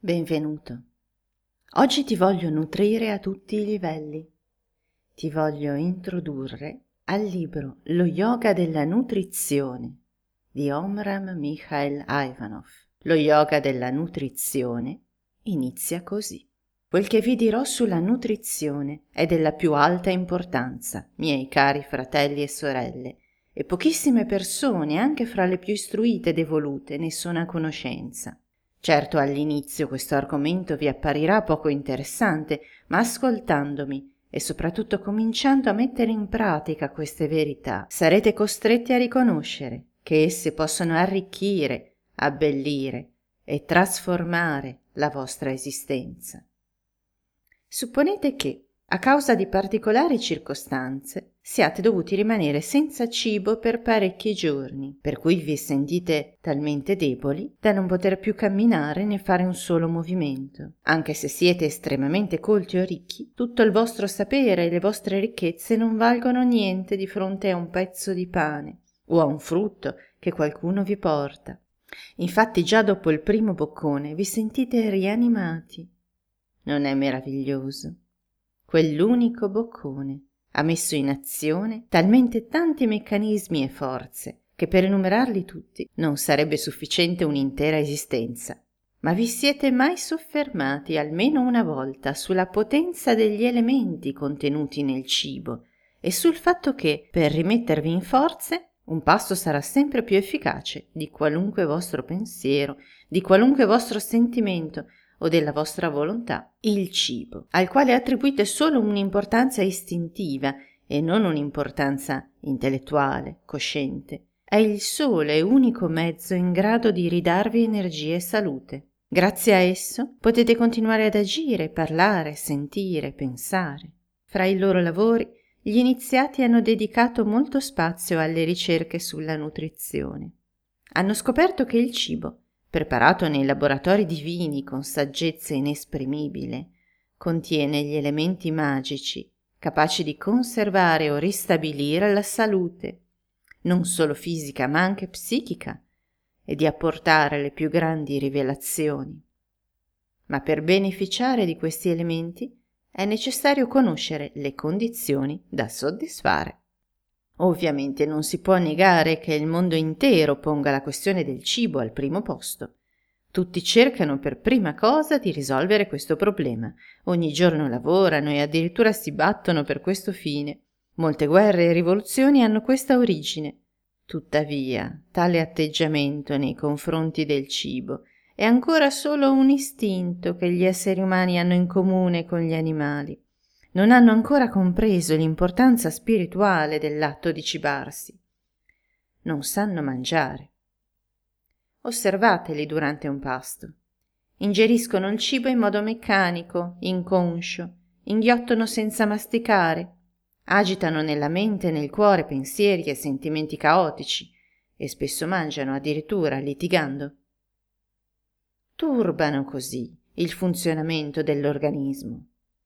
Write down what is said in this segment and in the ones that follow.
Benvenuto. Oggi ti voglio nutrire a tutti i livelli. Ti voglio introdurre al libro Lo yoga della nutrizione di Omram Mikhail Ivanov. Lo yoga della nutrizione inizia così. Quel che vi dirò sulla nutrizione è della più alta importanza, miei cari fratelli e sorelle, e pochissime persone, anche fra le più istruite ed evolute, ne sono a conoscenza. Certo, all'inizio questo argomento vi apparirà poco interessante, ma ascoltandomi e soprattutto cominciando a mettere in pratica queste verità, sarete costretti a riconoscere che esse possono arricchire, abbellire e trasformare la vostra esistenza. Supponete che, a causa di particolari circostanze, siate dovuti rimanere senza cibo per parecchi giorni, per cui vi sentite talmente deboli da non poter più camminare né fare un solo movimento. Anche se siete estremamente colti o ricchi, tutto il vostro sapere e le vostre ricchezze non valgono niente di fronte a un pezzo di pane o a un frutto che qualcuno vi porta. Infatti già dopo il primo boccone vi sentite rianimati. Non è meraviglioso? Quell'unico boccone ha messo in azione talmente tanti meccanismi e forze che per enumerarli tutti non sarebbe sufficiente un'intera esistenza. Ma vi siete mai soffermati almeno una volta sulla potenza degli elementi contenuti nel cibo e sul fatto che, per rimettervi in forze, un pasto sarà sempre più efficace di qualunque vostro pensiero, di qualunque vostro sentimento o della vostra volontà, il cibo, al quale attribuite solo un'importanza istintiva e non un'importanza intellettuale, cosciente. È il solo e unico mezzo in grado di ridarvi energia e salute. Grazie a esso potete continuare ad agire, parlare, sentire, pensare. Fra i loro lavori, gli iniziati hanno dedicato molto spazio alle ricerche sulla nutrizione. Hanno scoperto che il cibo, preparato nei laboratori divini con saggezza inesprimibile, contiene gli elementi magici capaci di conservare o ristabilire la salute, non solo fisica ma anche psichica, e di apportare le più grandi rivelazioni. Ma per beneficiare di questi elementi è necessario conoscere le condizioni da soddisfare. Ovviamente non si può negare che il mondo intero ponga la questione del cibo al primo posto. Tutti cercano per prima cosa di risolvere questo problema. Ogni giorno lavorano e addirittura si battono per questo fine. Molte guerre e rivoluzioni hanno questa origine. Tuttavia, tale atteggiamento nei confronti del cibo è ancora solo un istinto che gli esseri umani hanno in comune con gli animali. Non hanno ancora compreso l'importanza spirituale dell'atto di cibarsi. Non sanno mangiare. Osservateli durante un pasto. Ingeriscono il cibo in modo meccanico, inconscio, inghiottono senza masticare, agitano nella mente e nel cuore pensieri e sentimenti caotici e spesso mangiano addirittura litigando. Turbano così il funzionamento dell'organismo.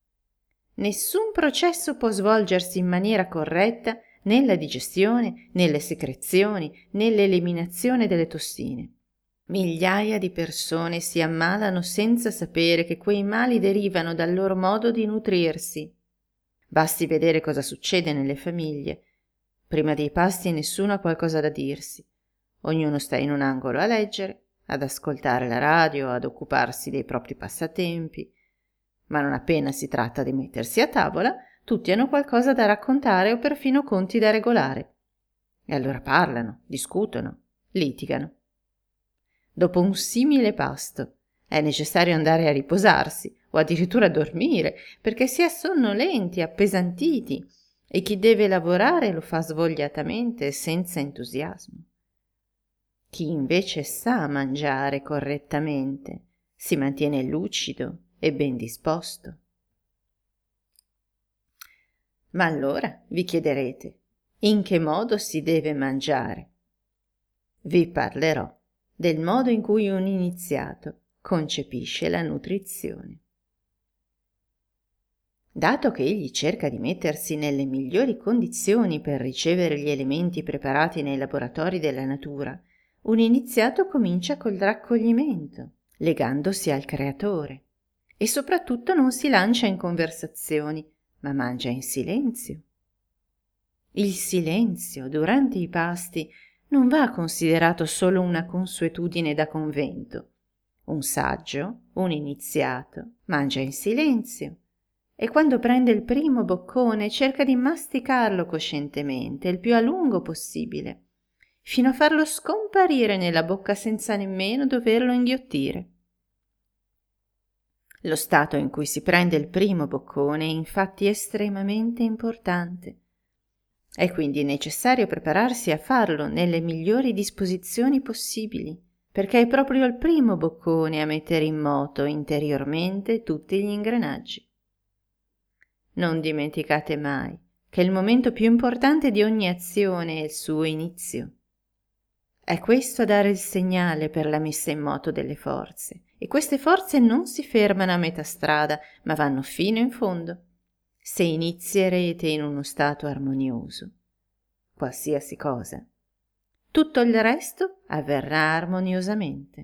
Nessun processo può svolgersi in maniera corretta nella digestione, nelle secrezioni, nell'eliminazione delle tossine. Migliaia di persone si ammalano senza sapere che quei mali derivano dal loro modo di nutrirsi. Basti vedere cosa succede nelle famiglie. Prima dei pasti nessuno ha qualcosa da dirsi. Ognuno sta in un angolo a leggere, ad ascoltare la radio, ad occuparsi dei propri passatempi. Ma non appena si tratta di mettersi a tavola, tutti hanno qualcosa da raccontare o perfino conti da regolare. E allora parlano, discutono, litigano. Dopo un simile pasto è necessario andare a riposarsi o addirittura dormire perché si è sonnolenti, appesantiti e chi deve lavorare lo fa svogliatamente e senza entusiasmo. Chi invece sa mangiare correttamente si mantiene lucido e ben disposto. Ma allora vi chiederete, in che modo si deve mangiare? Vi parlerò del modo in cui un iniziato concepisce la nutrizione. Dato che egli cerca di mettersi nelle migliori condizioni per ricevere gli elementi preparati nei laboratori della natura, un iniziato comincia col raccoglimento. legandosi al creatore, e soprattutto non si lancia in conversazioni, ma mangia in silenzio. Il silenzio durante i pasti non va considerato solo una consuetudine da convento. Un saggio, un iniziato, mangia in silenzio e quando prende il primo boccone cerca di masticarlo coscientemente il più a lungo possibile, fino a farlo scomparire nella bocca senza nemmeno doverlo inghiottire. Lo stato in cui si prende il primo boccone è infatti estremamente importante. È quindi necessario prepararsi a farlo nelle migliori disposizioni possibili, perché è proprio il primo boccone a mettere in moto interiormente tutti gli ingranaggi. Non dimenticate mai che il momento più importante di ogni azione è il suo inizio. È questo a dare il segnale per la messa in moto delle forze, e queste forze non si fermano a metà strada, ma vanno fino in fondo. Se inizierete in uno stato armonioso, qualsiasi cosa, tutto il resto avverrà armoniosamente.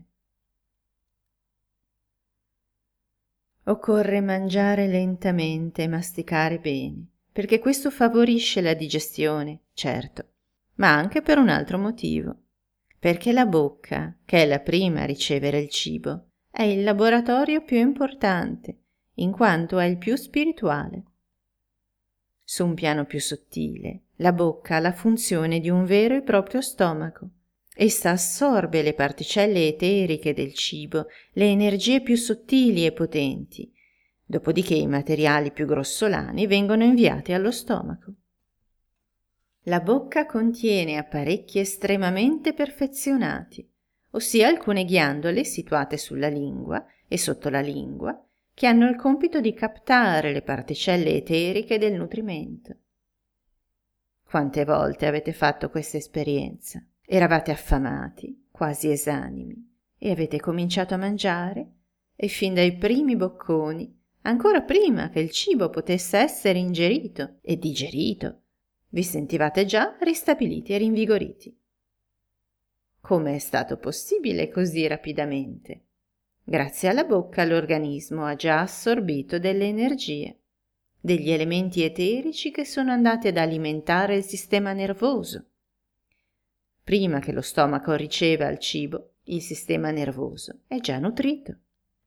Occorre mangiare lentamente e masticare bene, perché questo favorisce la digestione, certo, ma anche per un altro motivo, perché la bocca, che è la prima a ricevere il cibo, è il laboratorio più importante, in quanto è il più spirituale. Su un piano più sottile, la bocca ha la funzione di un vero e proprio stomaco. Essa assorbe le particelle eteriche del cibo, le energie più sottili e potenti, dopodiché i materiali più grossolani vengono inviati allo stomaco. La bocca contiene apparecchi estremamente perfezionati, ossia alcune ghiandole situate sulla lingua e sotto la lingua, che hanno il compito di captare le particelle eteriche del nutrimento. Quante volte avete fatto questa esperienza? Eravate affamati, quasi esanimi, e avete cominciato a mangiare, e fin dai primi bocconi, ancora prima che il cibo potesse essere ingerito e digerito, vi sentivate già ristabiliti e rinvigoriti. Come è stato possibile così rapidamente? Grazie alla bocca l'organismo ha già assorbito delle energie, degli elementi eterici che sono andati ad alimentare il sistema nervoso. Prima che lo stomaco riceva il cibo, il sistema nervoso è già nutrito.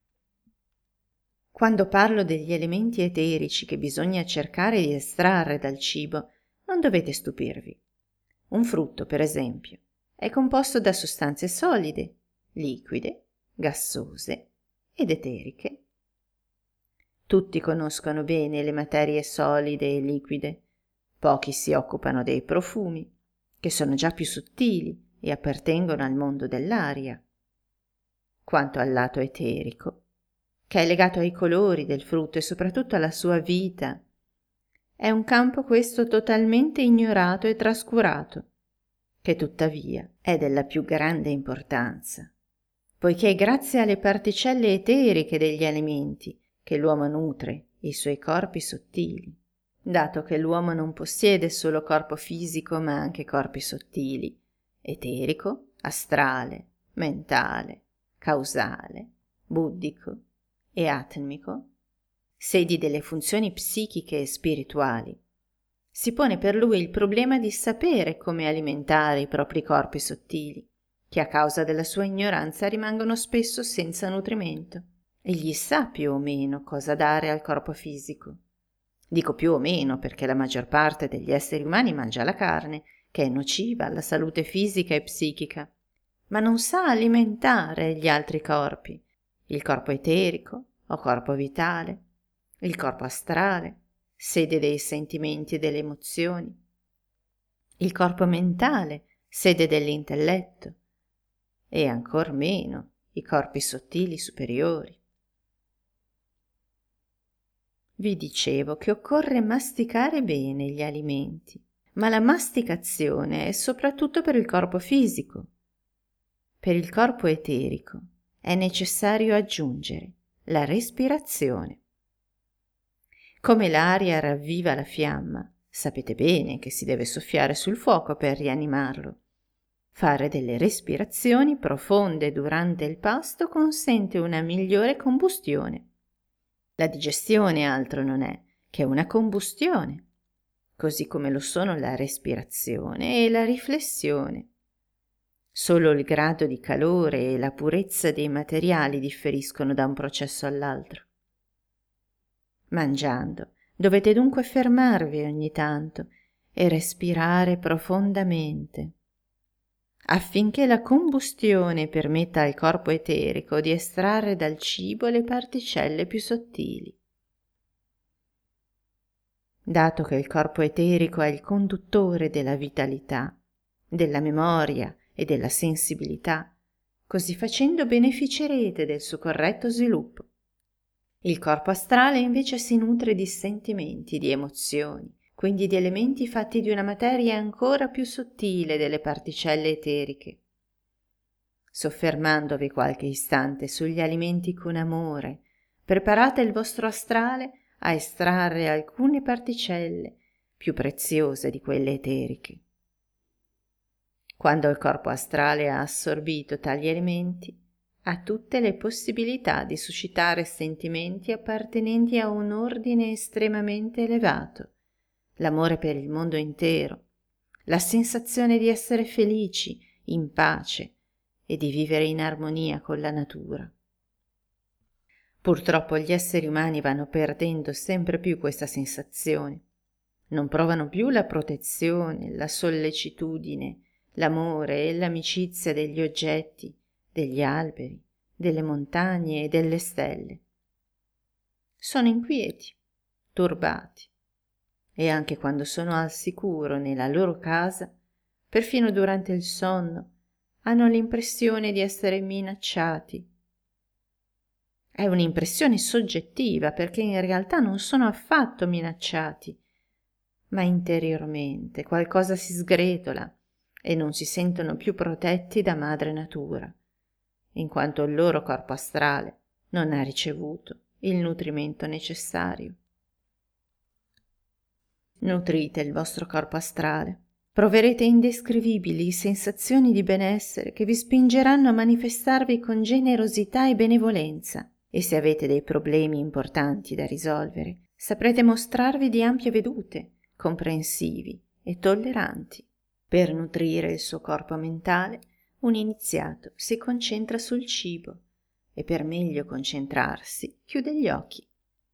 Quando parlo degli elementi eterici che bisogna cercare di estrarre dal cibo, non dovete stupirvi. Un frutto, per esempio, è composto da sostanze solide, liquide, gassose ed eteriche. Tutti conoscono bene le materie solide e liquide, pochi si occupano dei profumi, che sono già più sottili e appartengono al mondo dell'aria. Quanto al lato eterico, che è legato ai colori del frutto e soprattutto alla sua vita, è un campo questo totalmente ignorato e trascurato, che tuttavia è della più grande importanza, poiché grazie alle particelle eteriche degli alimenti che l'uomo nutre i suoi corpi sottili, dato che l'uomo non possiede solo corpo fisico ma anche corpi sottili, eterico, astrale, mentale, causale, buddico e atmico, sedi delle funzioni psichiche e spirituali. Si pone per lui il problema di sapere come alimentare i propri corpi sottili, che a causa della sua ignoranza rimangono spesso senza nutrimento. Egli sa più o meno cosa dare al corpo fisico. Dico più o meno perché la maggior parte degli esseri umani mangia la carne, che è nociva alla salute fisica e psichica, ma non sa alimentare gli altri corpi, il corpo eterico o corpo vitale, il corpo astrale, sede dei sentimenti e delle emozioni, il corpo mentale, sede dell'intelletto, e ancor meno i corpi sottili superiori. Vi dicevo che occorre masticare bene gli alimenti, ma la masticazione è soprattutto per il corpo fisico. Per il corpo eterico è necessario aggiungere la respirazione. Come l'aria ravviva la fiamma, sapete bene che si deve soffiare sul fuoco per rianimarlo. Fare delle respirazioni profonde durante il pasto consente una migliore combustione. La digestione altro non è che una combustione, così come lo sono la respirazione e la riflessione. Solo il grado di calore e la purezza dei materiali differiscono da un processo all'altro. Mangiando, dovete dunque fermarvi ogni tanto e respirare profondamente, affinché la combustione permetta al corpo eterico di estrarre dal cibo le particelle più sottili. Dato che il corpo eterico è il conduttore della vitalità, della memoria e della sensibilità, così facendo beneficerete del suo corretto sviluppo. Il corpo astrale invece si nutre di sentimenti, di emozioni, quindi di elementi fatti di una materia ancora più sottile delle particelle eteriche. Soffermandovi qualche istante sugli alimenti con amore, preparate il vostro astrale a estrarre alcune particelle più preziose di quelle eteriche. Quando il corpo astrale ha assorbito tali elementi, ha tutte le possibilità di suscitare sentimenti appartenenti a un ordine estremamente elevato, l'amore per il mondo intero, la sensazione di essere felici, in pace e di vivere in armonia con la natura. Purtroppo gli esseri umani vanno perdendo sempre più questa sensazione. Non provano più la protezione, la sollecitudine, l'amore e l'amicizia degli oggetti, degli alberi, delle montagne e delle stelle. Sono inquieti, turbati, e anche quando sono al sicuro nella loro casa, perfino durante il sonno, hanno l'impressione di essere minacciati. È un'impressione soggettiva perché in realtà non sono affatto minacciati, ma interiormente qualcosa si sgretola e non si sentono più protetti da madre natura, in quanto il loro corpo astrale non ha ricevuto il nutrimento necessario. Nutrite il vostro corpo astrale. Proverete indescrivibili sensazioni di benessere che vi spingeranno a manifestarvi con generosità e benevolenza. E se avete dei problemi importanti da risolvere, saprete mostrarvi di ampie vedute, comprensivi e tolleranti. Per nutrire il suo corpo mentale, un iniziato si concentra sul cibo e per meglio concentrarsi chiude gli occhi.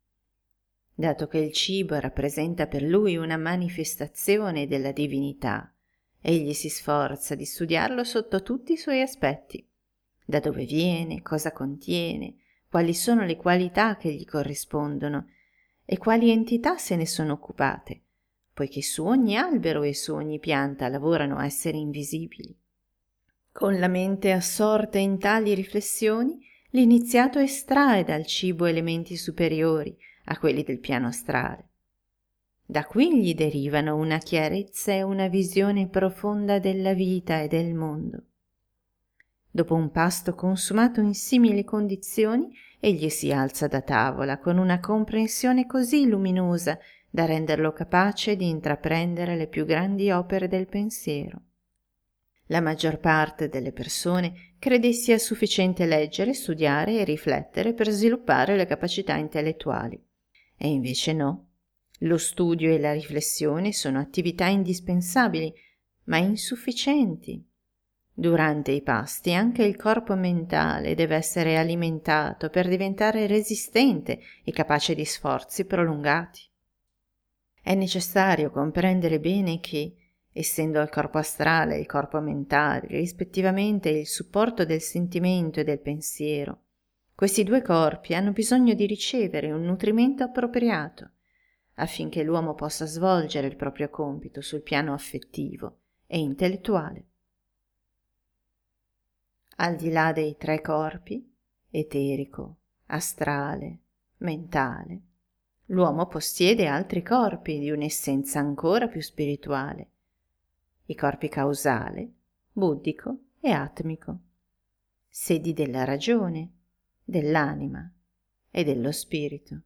Dato che il cibo rappresenta per lui una manifestazione della divinità, egli si sforza di studiarlo sotto tutti i suoi aspetti, da dove viene, cosa contiene, quali sono le qualità che gli corrispondono e quali entità se ne sono occupate, poiché su ogni albero e su ogni pianta lavorano esseri invisibili. Con la mente assorta in tali riflessioni, l'iniziato estrae dal cibo elementi superiori a quelli del piano astrale. Da qui gli derivano una chiarezza e una visione profonda della vita e del mondo. Dopo un pasto consumato in simili condizioni, egli si alza da tavola con una comprensione così luminosa da renderlo capace di intraprendere le più grandi opere del pensiero. La maggior parte delle persone crede sia sufficiente leggere, studiare e riflettere per sviluppare le capacità intellettuali. E invece no. Lo studio e la riflessione sono attività indispensabili, ma insufficienti. Durante i pasti anche il corpo mentale deve essere alimentato per diventare resistente e capace di sforzi prolungati. È necessario comprendere bene che, essendo il corpo astrale e il corpo mentale rispettivamente il supporto del sentimento e del pensiero, questi due corpi hanno bisogno di ricevere un nutrimento appropriato affinché l'uomo possa svolgere il proprio compito sul piano affettivo e intellettuale. Al di là dei tre corpi, eterico, astrale, mentale, l'uomo possiede altri corpi di un'essenza ancora più spirituale, i corpi causale, buddico e atmico, sedi della ragione, dell'anima e dello spirito.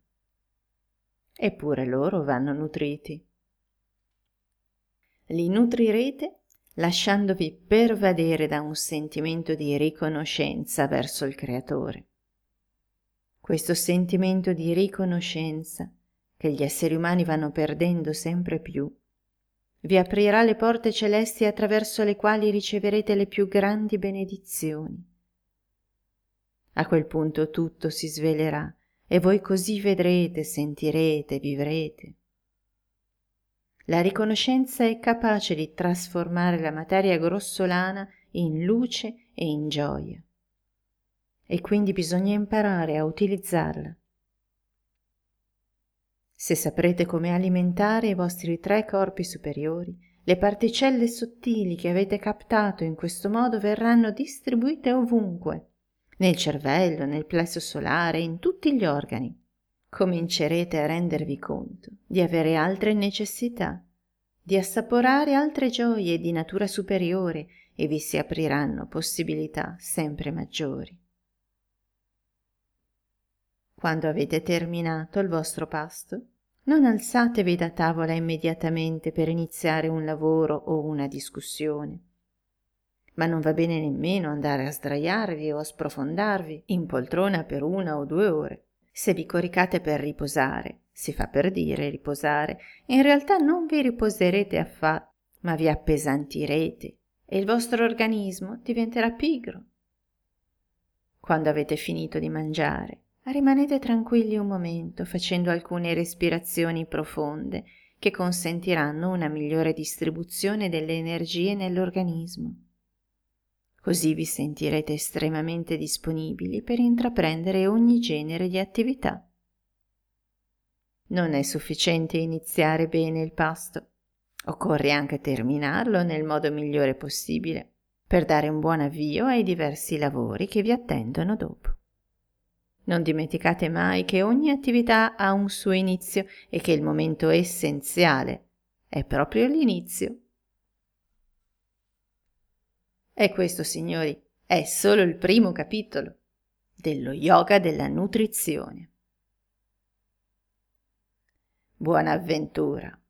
Eppure loro vanno nutriti. Li nutrirete lasciandovi pervadere da un sentimento di riconoscenza verso il Creatore. Questo sentimento di riconoscenza, che gli esseri umani vanno perdendo sempre più, vi aprirà le porte celesti attraverso le quali riceverete le più grandi benedizioni. A quel punto tutto si svelerà e voi così vedrete, sentirete, vivrete. La riconoscenza è capace di trasformare la materia grossolana in luce e in gioia. E quindi bisogna imparare a utilizzarla. Se saprete come alimentare i vostri 3 corpi superiori, le particelle sottili che avete captato in questo modo verranno distribuite ovunque, nel cervello, nel plesso solare, in tutti gli organi. Comincerete a rendervi conto di avere altre necessità, di assaporare altre gioie di natura superiore e vi si apriranno possibilità sempre maggiori. Quando avete terminato il vostro pasto, non alzatevi da tavola immediatamente per iniziare un lavoro o una discussione. Ma non va bene nemmeno andare a sdraiarvi o a sprofondarvi in poltrona per 1 o 2 ore. Se vi coricate per riposare, si fa per dire riposare, in realtà non vi riposerete affatto, ma vi appesantirete e il vostro organismo diventerà pigro. Quando avete finito di mangiare, rimanete tranquilli un momento facendo alcune respirazioni profonde che consentiranno una migliore distribuzione delle energie nell'organismo. Così vi sentirete estremamente disponibili per intraprendere ogni genere di attività. Non è sufficiente iniziare bene il pasto, occorre anche terminarlo nel modo migliore possibile per dare un buon avvio ai diversi lavori che vi attendono dopo. Non dimenticate mai che ogni attività ha un suo inizio e che il momento essenziale è proprio l'inizio. E questo, signori, è solo il primo capitolo dello yoga della nutrizione. Buona avventura!